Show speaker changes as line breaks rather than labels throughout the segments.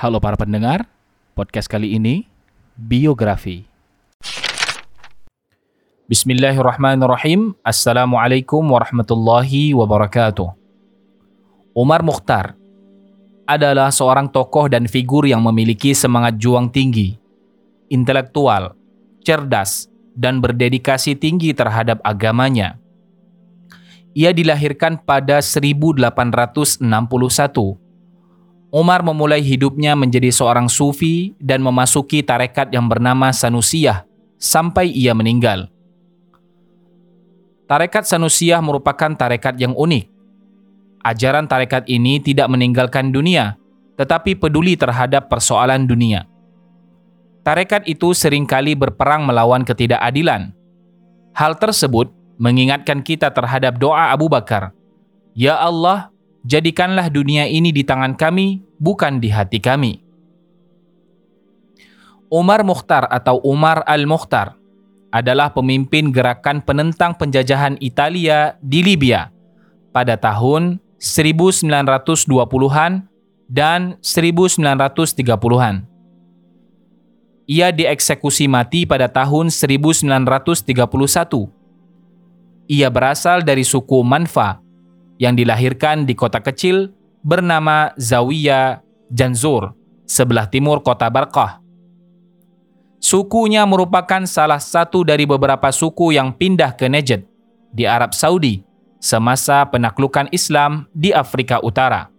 Halo para pendengar, podcast kali ini biografi. Bismillahirrahmanirrahim. Assalamualaikum warahmatullahi wabarakatuh. Umar Mukhtar adalah seorang tokoh dan figur yang memiliki semangat juang tinggi, intelektual, cerdas, dan berdedikasi tinggi terhadap agamanya. Ia dilahirkan pada 1861. Umar memulai hidupnya menjadi seorang sufi dan memasuki tarekat yang bernama Sanusiyah sampai ia meninggal. Tarekat Sanusiyah merupakan tarekat yang unik. Ajaran tarekat ini tidak meninggalkan dunia, tetapi peduli terhadap persoalan dunia. Tarekat itu seringkali berperang melawan ketidakadilan. Hal tersebut mengingatkan kita terhadap doa Abu Bakar, "Ya Allah, jadikanlah dunia ini di tangan kami, bukan di hati kami." Umar Mukhtar atau Umar al-Mukhtar adalah pemimpin gerakan penentang penjajahan Italia di Libya pada tahun 1920-an dan 1930-an. Ia dieksekusi mati pada tahun 1931. Ia berasal dari suku Manfa yang dilahirkan di kota kecil bernama Zawiya Janzur, sebelah timur kota Barqah. Sukunya merupakan salah satu dari beberapa suku yang pindah ke Najd di Arab Saudi semasa penaklukan Islam di Afrika Utara.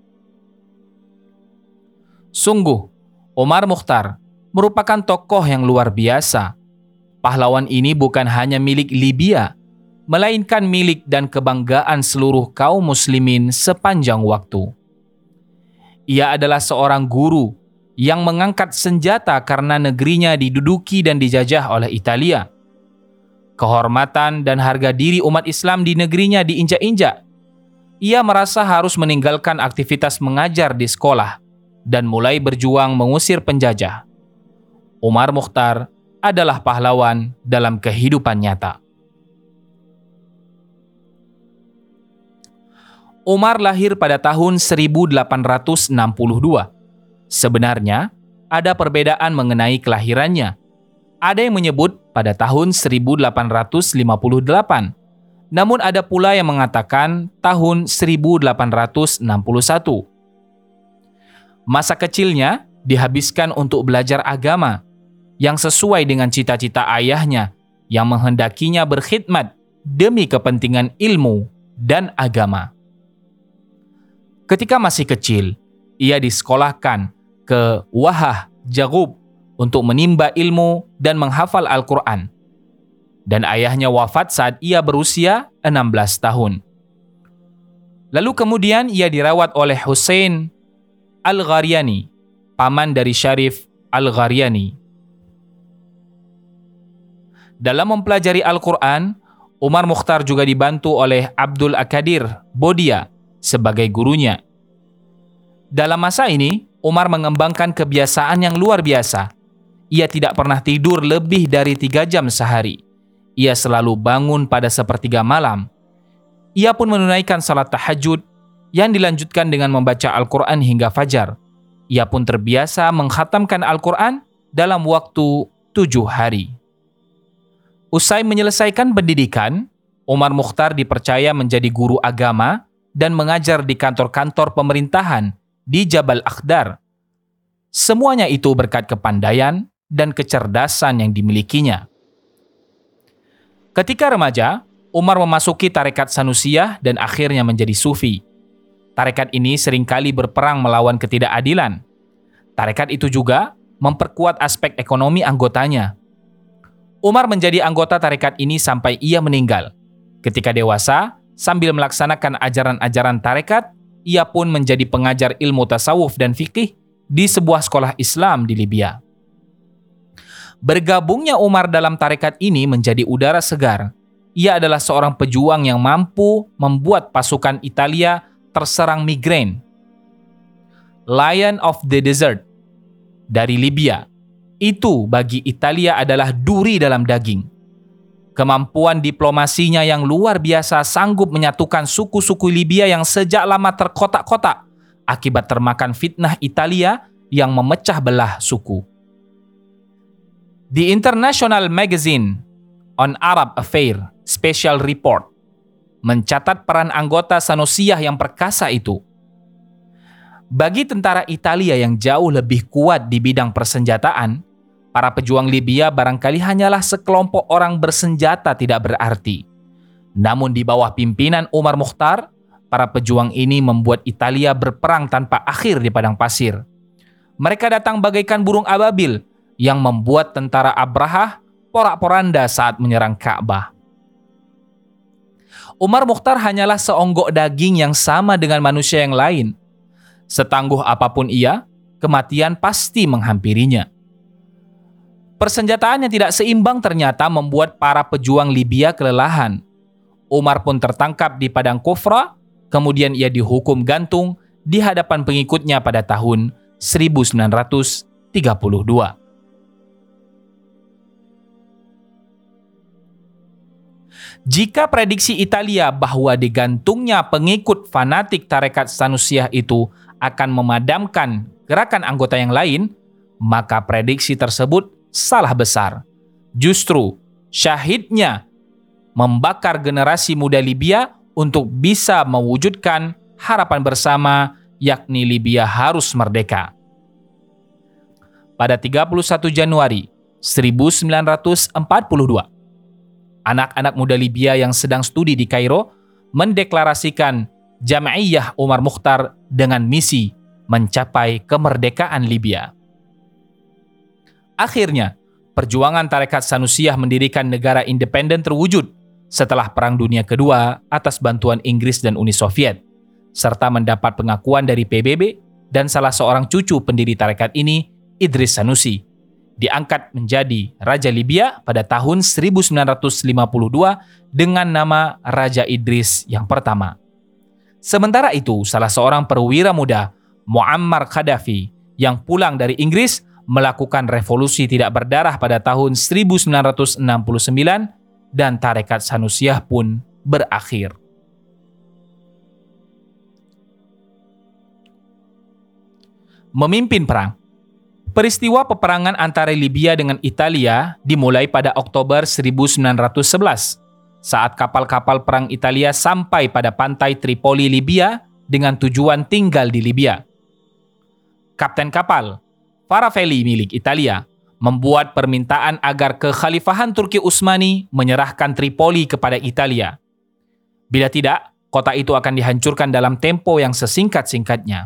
Sungguh, Umar Mukhtar merupakan tokoh yang luar biasa. Pahlawan ini bukan hanya milik Libya, melainkan milik dan kebanggaan seluruh kaum muslimin sepanjang waktu. Ia adalah seorang guru yang mengangkat senjata karena negerinya diduduki dan dijajah oleh Italia. Kehormatan dan harga diri umat Islam di negerinya diinjak-injak. Ia merasa harus meninggalkan aktivitas mengajar di sekolah dan mulai berjuang mengusir penjajah. Umar Mukhtar adalah pahlawan dalam kehidupan nyata. Umar lahir pada tahun 1862. Sebenarnya, ada perbedaan mengenai kelahirannya. Ada yang menyebut pada tahun 1858, namun ada pula yang mengatakan tahun 1861. Masa kecilnya dihabiskan untuk belajar agama, yang sesuai dengan cita-cita ayahnya yang menghendakinya berkhidmat demi kepentingan ilmu dan agama. Ketika masih kecil, ia disekolahkan ke Wahah Jagub untuk menimba ilmu dan menghafal Al-Quran. Dan ayahnya wafat saat ia berusia 16 tahun. Lalu kemudian ia dirawat oleh Hussein Al-Gharyani, paman dari Syarif Al-Gharyani. Dalam mempelajari Al-Quran, Umar Mukhtar juga dibantu oleh Abdul Akadir Bodia sebagai gurunya. Dalam masa ini, Umar mengembangkan kebiasaan yang luar biasa. Ia tidak pernah tidur lebih dari 3 jam sehari. Ia selalu bangun pada sepertiga malam. Ia pun menunaikan salat tahajud yang dilanjutkan dengan membaca Al-Quran hingga fajar. Ia pun terbiasa mengkhatamkan Al-Quran dalam waktu 7 hari. Usai menyelesaikan pendidikan, Umar Mukhtar dipercaya menjadi guru agama dan mengajar di kantor-kantor pemerintahan di Jabal Akhdar. Semuanya itu berkat kepandaian dan kecerdasan yang dimilikinya. Ketika remaja, Umar memasuki tarekat Sanusiyah dan akhirnya menjadi sufi. Tarekat ini seringkali berperang melawan ketidakadilan. Tarekat itu juga memperkuat aspek ekonomi anggotanya. Umar menjadi anggota tarekat ini sampai ia meninggal. Ketika dewasa, sambil melaksanakan ajaran-ajaran tarekat, ia pun menjadi pengajar ilmu tasawuf dan fikih di sebuah sekolah Islam di Libya. Bergabungnya Umar dalam tarekat ini menjadi udara segar. Ia adalah seorang pejuang yang mampu membuat pasukan Italia terserang migrain. Lion of the Desert dari Libya, itu bagi Italia adalah duri dalam daging. Kemampuan diplomasinya yang luar biasa sanggup menyatukan suku-suku Libya yang sejak lama terkotak-kotak akibat termakan fitnah Italia yang memecah belah suku. The International Magazine on Arab Affairs Special Report mencatat peran anggota Sanusiyah yang perkasa itu. Bagi tentara Italia yang jauh lebih kuat di bidang persenjataan, para pejuang Libya barangkali hanyalah sekelompok orang bersenjata tidak berarti. Namun di bawah pimpinan Umar Mukhtar, para pejuang ini membuat Italia berperang tanpa akhir di padang pasir. Mereka datang bagaikan burung ababil yang membuat tentara Abrahah porak-poranda saat menyerang Ka'bah. Umar Mukhtar hanyalah seonggok daging yang sama dengan manusia yang lain. Setangguh apapun ia, kematian pasti menghampirinya. Persenjataan yang tidak seimbang ternyata membuat para pejuang Libya kelelahan. Umar pun tertangkap di padang Kufra, kemudian ia dihukum gantung di hadapan pengikutnya pada tahun 1932. Jika prediksi Italia bahwa digantungnya pengikut fanatik tarekat Sanusiyah itu akan memadamkan gerakan anggota yang lain, maka prediksi tersebut salah besar. Justru syahidnya membakar generasi muda Libya untuk bisa mewujudkan harapan bersama, yakni Libya harus merdeka. Pada 31 Januari 1942, anak-anak muda Libya yang sedang studi di Kairo mendeklarasikan Jam'iyah Umar Mukhtar dengan misi mencapai kemerdekaan Libya. Akhirnya, perjuangan tarekat Sanusiyah mendirikan negara independen terwujud setelah Perang Dunia Kedua atas bantuan Inggris dan Uni Soviet, serta mendapat pengakuan dari PBB dan salah seorang cucu pendiri tarekat ini, Idris Sanusi, diangkat menjadi Raja Libya pada tahun 1952 dengan nama Raja Idris yang pertama. Sementara itu, salah seorang perwira muda, Muammar Gaddafi, yang pulang dari Inggris, melakukan revolusi tidak berdarah pada tahun 1969 dan tarekat Sanusiyah pun berakhir. Memimpin perang. Peristiwa peperangan antara Libya dengan Italia dimulai pada Oktober 1911 saat kapal-kapal perang Italia sampai pada pantai Tripoli, Libya dengan tujuan tinggal di Libya. Kapten kapal, Faravelli milik Italia, membuat permintaan agar kekhalifahan Turki Utsmani menyerahkan Tripoli kepada Italia. Bila tidak, kota itu akan dihancurkan dalam tempo yang sesingkat-singkatnya.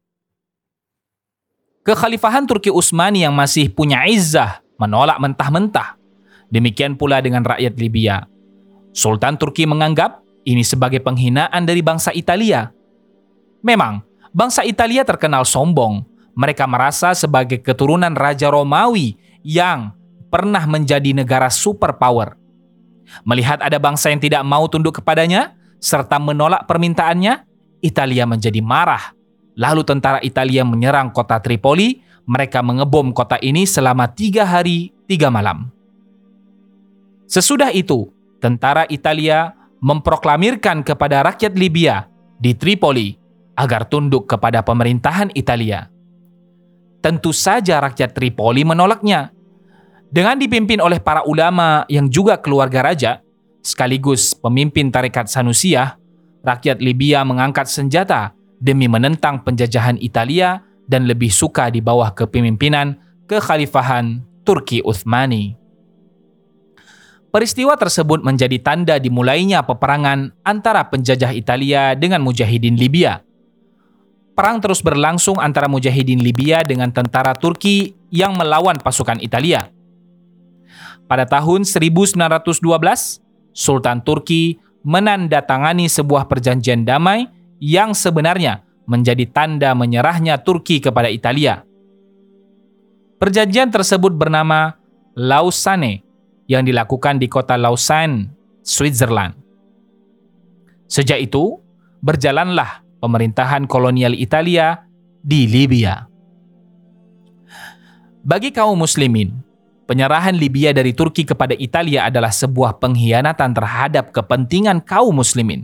Kekhalifahan Turki Utsmani yang masih punya izzah menolak mentah-mentah. Demikian pula dengan rakyat Libya. Sultan Turki menganggap ini sebagai penghinaan dari bangsa Italia. Memang, bangsa Italia terkenal sombong. Mereka merasa sebagai keturunan Raja Romawi yang pernah menjadi negara superpower. Melihat ada bangsa yang tidak mau tunduk kepadanya, serta menolak permintaannya, Italia menjadi marah. Lalu tentara Italia menyerang kota Tripoli, mereka mengebom kota ini selama 3 hari 3 malam. Sesudah itu, tentara Italia memproklamirkan kepada rakyat Libya di Tripoli agar tunduk kepada pemerintahan Italia. Tentu saja rakyat Tripoli menolaknya. Dengan dipimpin oleh para ulama yang juga keluarga raja, sekaligus pemimpin tarekat Sanusiyah, rakyat Libya mengangkat senjata demi menentang penjajahan Italia dan lebih suka di bawah kepemimpinan kekhalifahan Turki Utsmani. Peristiwa tersebut menjadi tanda dimulainya peperangan antara penjajah Italia dengan mujahidin Libya. Perang terus berlangsung antara mujahidin Libya dengan tentara Turki yang melawan pasukan Italia. Pada tahun 1912, Sultan Turki menandatangani sebuah perjanjian damai yang sebenarnya menjadi tanda menyerahnya Turki kepada Italia. Perjanjian tersebut bernama Lausanne yang dilakukan di kota Lausanne, Switzerland. Sejak itu, berjalanlah pemerintahan kolonial Italia di Libya. Bagi kaum muslimin, penyerahan Libya dari Turki kepada Italia adalah sebuah pengkhianatan terhadap kepentingan kaum muslimin.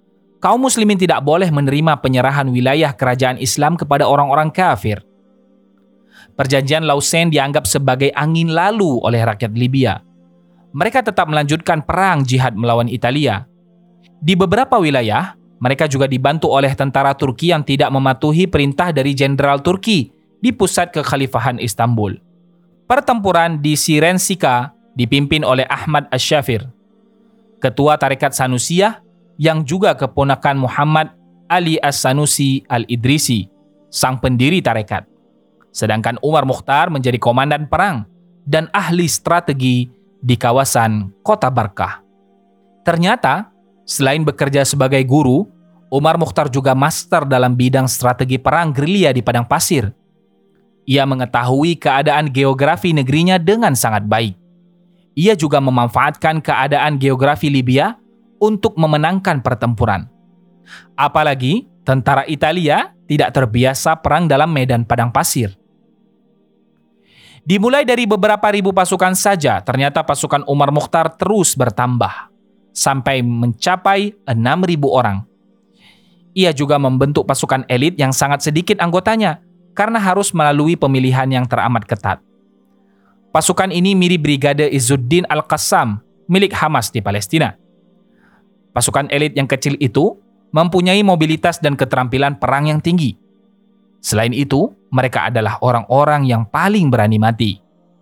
Kaum muslimin tidak boleh menerima penyerahan wilayah kerajaan Islam kepada orang-orang kafir. Perjanjian Lausanne dianggap sebagai angin lalu oleh rakyat Libya. Mereka tetap melanjutkan perang jihad melawan Italia. Di beberapa wilayah, mereka juga dibantu oleh tentara Turki yang tidak mematuhi perintah dari Jenderal Turki di pusat kekhalifahan Istanbul. Pertempuran di Sirensika dipimpin oleh Ahmad Ash-Shafir, ketua tarekat Sanusiyah yang juga keponakan Muhammad Ali As-Sanusi Al-Idrisi, sang pendiri tarekat. Sedangkan Umar Mukhtar menjadi komandan perang dan ahli strategi di kawasan kota Barkah. Ternyata, selain bekerja sebagai guru, Umar Mukhtar juga master dalam bidang strategi perang gerilya di padang pasir. Ia mengetahui keadaan geografi negerinya dengan sangat baik. Ia juga memanfaatkan keadaan geografi Libya untuk memenangkan pertempuran. Apalagi, tentara Italia tidak terbiasa perang dalam medan padang pasir. Dimulai dari beberapa ribu pasukan saja, ternyata pasukan Umar Mukhtar terus bertambah, sampai mencapai 6.000 orang. Ia juga membentuk pasukan elit yang sangat sedikit anggotanya, karena harus melalui pemilihan yang teramat ketat. Pasukan ini mirip Brigade Izzuddin Al-Qassam, milik Hamas di Palestina. Pasukan elit yang kecil itu mempunyai mobilitas dan keterampilan perang yang tinggi. Selain itu, mereka adalah orang-orang yang paling berani mati.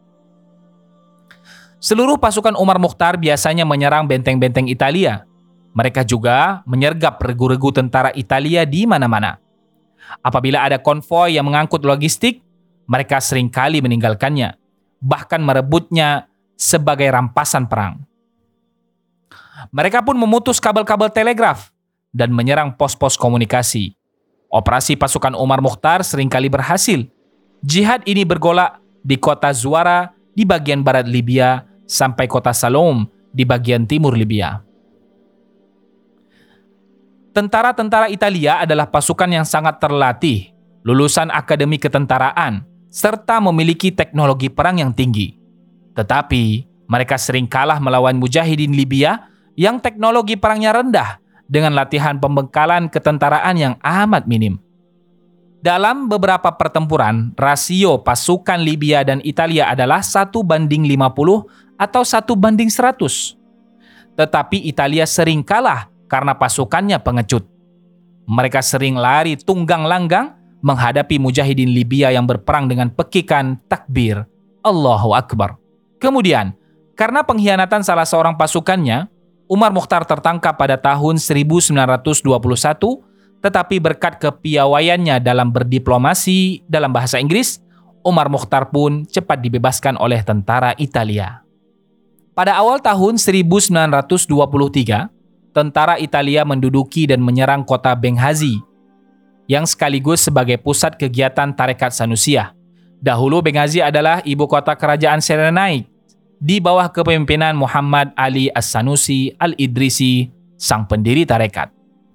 Seluruh pasukan Umar Mukhtar biasanya menyerang benteng-benteng Italia. Mereka juga menyergap regu-regu tentara Italia di mana-mana. Apabila ada konvoi yang mengangkut logistik, mereka seringkali meninggalkannya, bahkan merebutnya sebagai rampasan perang. Mereka pun memutus kabel-kabel telegraf dan menyerang pos-pos komunikasi. Operasi pasukan Umar Mukhtar seringkali berhasil. Jihad ini bergolak di kota Zuara di bagian barat Libya sampai kota Salom di bagian timur Libya. Tentara-tentara Italia adalah pasukan yang sangat terlatih, lulusan akademi ketentaraan, serta memiliki teknologi perang yang tinggi. Tetapi, mereka sering kalah melawan mujahidin Libya yang teknologi perangnya rendah dengan latihan pembekalan ketentaraan yang amat minim. Dalam beberapa pertempuran, rasio pasukan Libya dan Italia adalah 1:50 atau 1:100. Tetapi Italia sering kalah karena pasukannya pengecut. Mereka sering lari tunggang langgang menghadapi mujahidin Libya yang berperang dengan pekikan takbir, Allahu Akbar. Kemudian, karena pengkhianatan salah seorang pasukannya, Umar Mukhtar tertangkap pada tahun 1921, tetapi berkat kepiawaiannya dalam berdiplomasi dalam bahasa Inggris, Umar Mukhtar pun cepat dibebaskan oleh tentara Italia. Pada awal tahun 1923, tentara Italia menduduki dan menyerang kota Benghazi, yang sekaligus sebagai pusat kegiatan tarekat Sanusiyah. Dahulu Benghazi adalah ibu kota kerajaan Cyrenaic, di bawah kepemimpinan Muhammad Ali As-Sanusi Al-Idrisi, sang pendiri tarekat.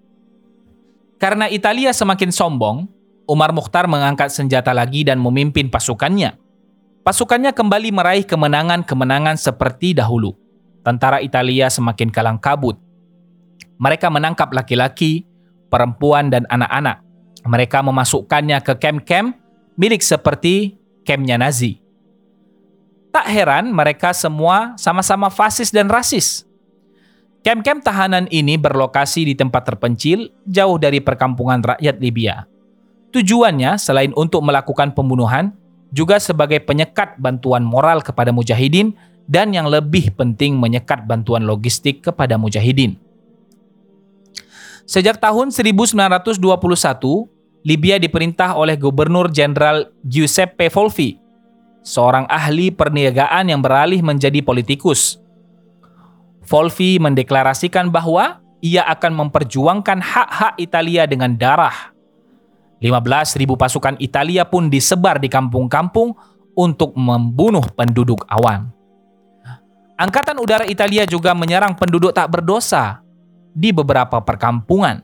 Karena Italia semakin sombong, Umar Mukhtar mengangkat senjata lagi dan memimpin pasukannya. Pasukannya kembali meraih kemenangan-kemenangan seperti dahulu. Tentara Italia semakin kalang kabut. Mereka menangkap laki-laki, perempuan, dan anak-anak. Mereka memasukkannya ke kem-kem milik seperti kemnya Nazi. Tak heran mereka semua sama-sama fasis dan rasis. Kem-kem tahanan ini berlokasi di tempat terpencil, jauh dari perkampungan rakyat Libya. Tujuannya selain untuk melakukan pembunuhan, juga sebagai penyekat bantuan moral kepada mujahidin, dan yang lebih penting menyekat bantuan logistik kepada mujahidin. Sejak tahun 1921, Libya diperintah oleh Gubernur Jenderal Giuseppe Volpi, seorang ahli perniagaan yang beralih menjadi politikus. Volpi mendeklarasikan bahwa ia akan memperjuangkan hak-hak Italia dengan darah. 15.000 pasukan Italia pun disebar di kampung-kampung untuk membunuh penduduk awam. Angkatan Udara Italia juga menyerang penduduk tak berdosa di beberapa perkampungan.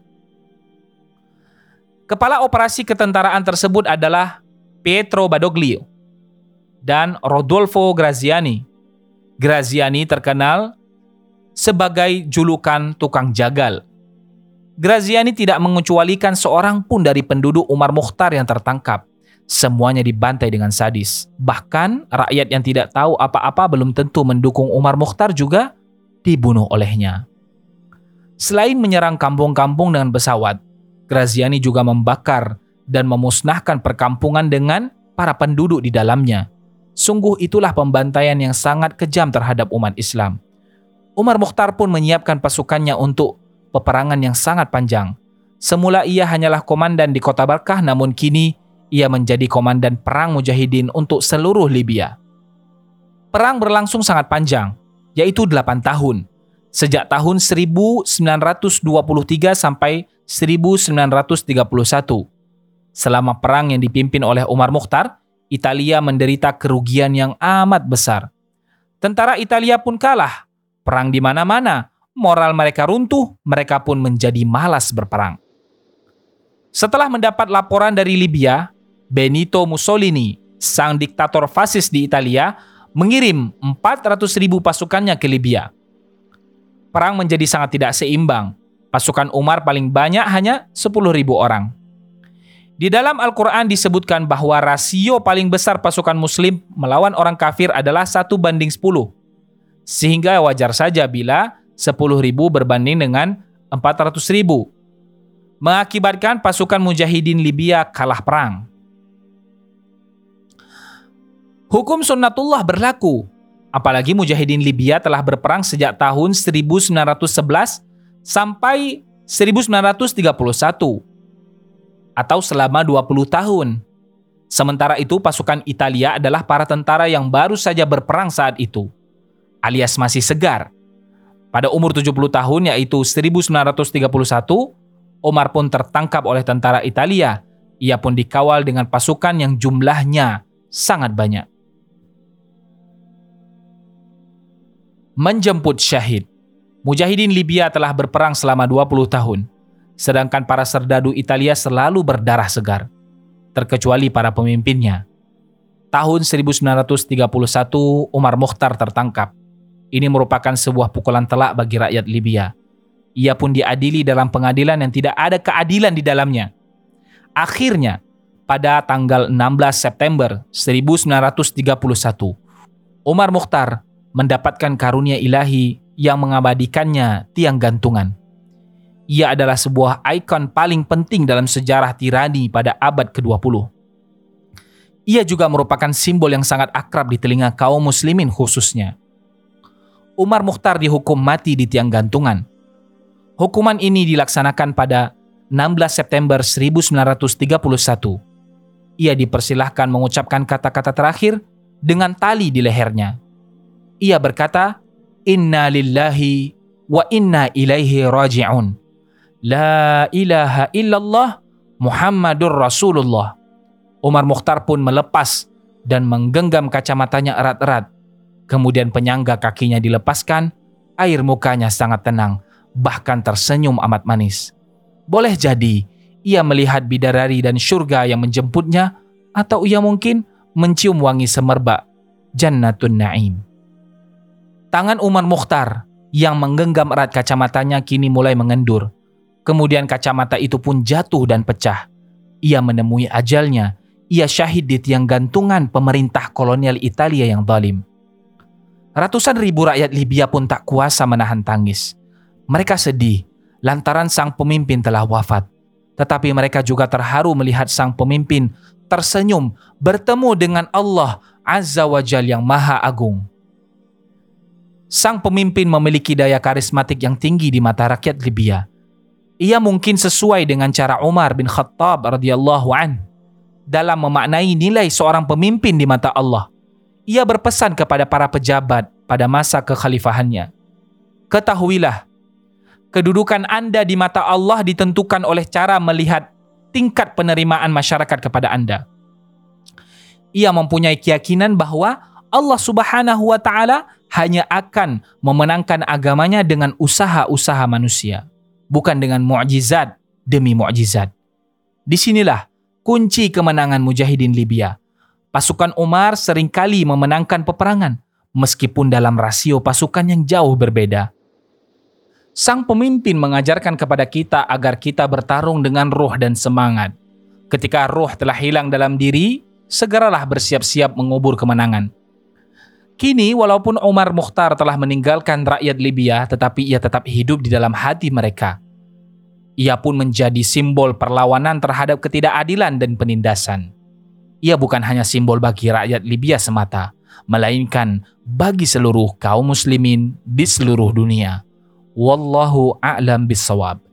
Kepala operasi ketentaraan tersebut adalah Pietro Badoglio dan Rodolfo Graziani. Graziani terkenal sebagai julukan tukang jagal. Graziani tidak mengecualikan seorang pun dari penduduk Umar Mukhtar yang tertangkap. Semuanya dibantai dengan sadis. Bahkan rakyat yang tidak tahu apa-apa belum tentu mendukung Umar Mukhtar juga dibunuh olehnya. Selain menyerang kampung-kampung dengan pesawat, Graziani juga membakar dan memusnahkan perkampungan dengan para penduduk di dalamnya. Sungguh itulah pembantaian yang sangat kejam terhadap umat Islam. Umar Mukhtar pun menyiapkan pasukannya untuk peperangan yang sangat panjang. Semula ia hanyalah komandan di kota Barkah, namun kini ia menjadi komandan perang mujahidin untuk seluruh Libya. Perang berlangsung sangat panjang, yaitu 8 tahun, sejak tahun 1923 sampai 1931. Selama perang yang dipimpin oleh Umar Mukhtar, Italia menderita kerugian yang amat besar. Tentara Italia pun kalah, perang di mana-mana, moral mereka runtuh, mereka pun menjadi malas berperang. Setelah mendapat laporan dari Libya, Benito Mussolini, sang diktator fasis di Italia, mengirim 400.000 pasukannya ke Libya. Perang menjadi sangat tidak seimbang. Pasukan Umar paling banyak hanya 10.000 orang. Di dalam Al-Quran disebutkan bahwa rasio paling besar pasukan Muslim melawan orang kafir adalah 1:10. Sehingga wajar saja bila 10.000 berbanding dengan 400.000. Mengakibatkan pasukan mujahidin Libya kalah perang. Hukum sunnatullah berlaku, apalagi mujahidin Libya telah berperang sejak tahun 1911 sampai 1931, atau selama 20 tahun. Sementara itu pasukan Italia adalah para tentara yang baru saja berperang saat itu, alias masih segar. Pada umur 70 tahun yaitu 1931, Umar pun tertangkap oleh tentara Italia. Ia pun dikawal dengan pasukan yang jumlahnya sangat banyak. Menjemput syahid. Mujahidin Libya telah berperang selama 20 tahun, sedangkan para serdadu Italia selalu berdarah segar, terkecuali para pemimpinnya. Tahun 1931, Umar Mukhtar tertangkap. Ini merupakan sebuah pukulan telak bagi rakyat Libya. Ia pun diadili dalam pengadilan yang tidak ada keadilan di dalamnya. Akhirnya, pada tanggal 16 September 1931, Umar Mukhtar mendapatkan karunia ilahi yang mengabadikannya tiang gantungan. Ia adalah sebuah ikon paling penting dalam sejarah tirani pada abad ke-20. Ia juga merupakan simbol yang sangat akrab di telinga kaum muslimin khususnya. Umar Mukhtar dihukum mati di tiang gantungan. Hukuman ini dilaksanakan pada 16 September 1931. Ia dipersilahkan mengucapkan kata-kata terakhir dengan tali di lehernya. Ia berkata, "Inna lillahi wa inna ilaihi raji'un. La ilaha illallah Muhammadur Rasulullah." Umar Mukhtar pun melepas dan menggenggam kacamatanya erat-erat. Kemudian penyangga kakinya dilepaskan, air mukanya sangat tenang, bahkan tersenyum amat manis. Boleh jadi ia melihat bidadari dan syurga yang menjemputnya, atau ia mungkin mencium wangi semerbak Jannatun Na'im. Tangan Umar Mukhtar yang menggenggam erat kacamatanya kini mulai mengendur. Kemudian kacamata itu pun jatuh dan pecah. Ia menemui ajalnya. Ia syahid di tiang gantungan pemerintah kolonial Italia yang zalim. Ratusan ribu rakyat Libya pun tak kuasa menahan tangis. Mereka sedih lantaran sang pemimpin telah wafat. Tetapi mereka juga terharu melihat sang pemimpin tersenyum bertemu dengan Allah Azza wa Jalla yang Maha Agung. Sang pemimpin memiliki daya karismatik yang tinggi di mata rakyat Libya. Ia mungkin sesuai dengan cara Umar bin Khattab radhiyallahu an dalam memaknai nilai seorang pemimpin di mata Allah. Ia berpesan kepada para pejabat pada masa kekhalifahannya, "Ketahuilah, kedudukan Anda di mata Allah ditentukan oleh cara melihat tingkat penerimaan masyarakat kepada Anda." Ia mempunyai keyakinan bahwa Allah Subhanahu wa Ta'ala hanya akan memenangkan agamanya dengan usaha-usaha manusia, bukan dengan mukjizat demi mukjizat. Disinilah kunci kemenangan mujahidin Libya. Pasukan Umar seringkali memenangkan peperangan, meskipun dalam rasio pasukan yang jauh berbeda. Sang pemimpin mengajarkan kepada kita agar kita bertarung dengan roh dan semangat. Ketika ruh telah hilang dalam diri, segeralah bersiap-siap mengubur kemenangan. Kini, walaupun Umar Mukhtar telah meninggalkan rakyat Libya, tetapi ia tetap hidup di dalam hati mereka. Ia pun menjadi simbol perlawanan terhadap ketidakadilan dan penindasan. Ia bukan hanya simbol bagi rakyat Libya semata, melainkan bagi seluruh kaum muslimin di seluruh dunia. Wallahu a'lam bissawab.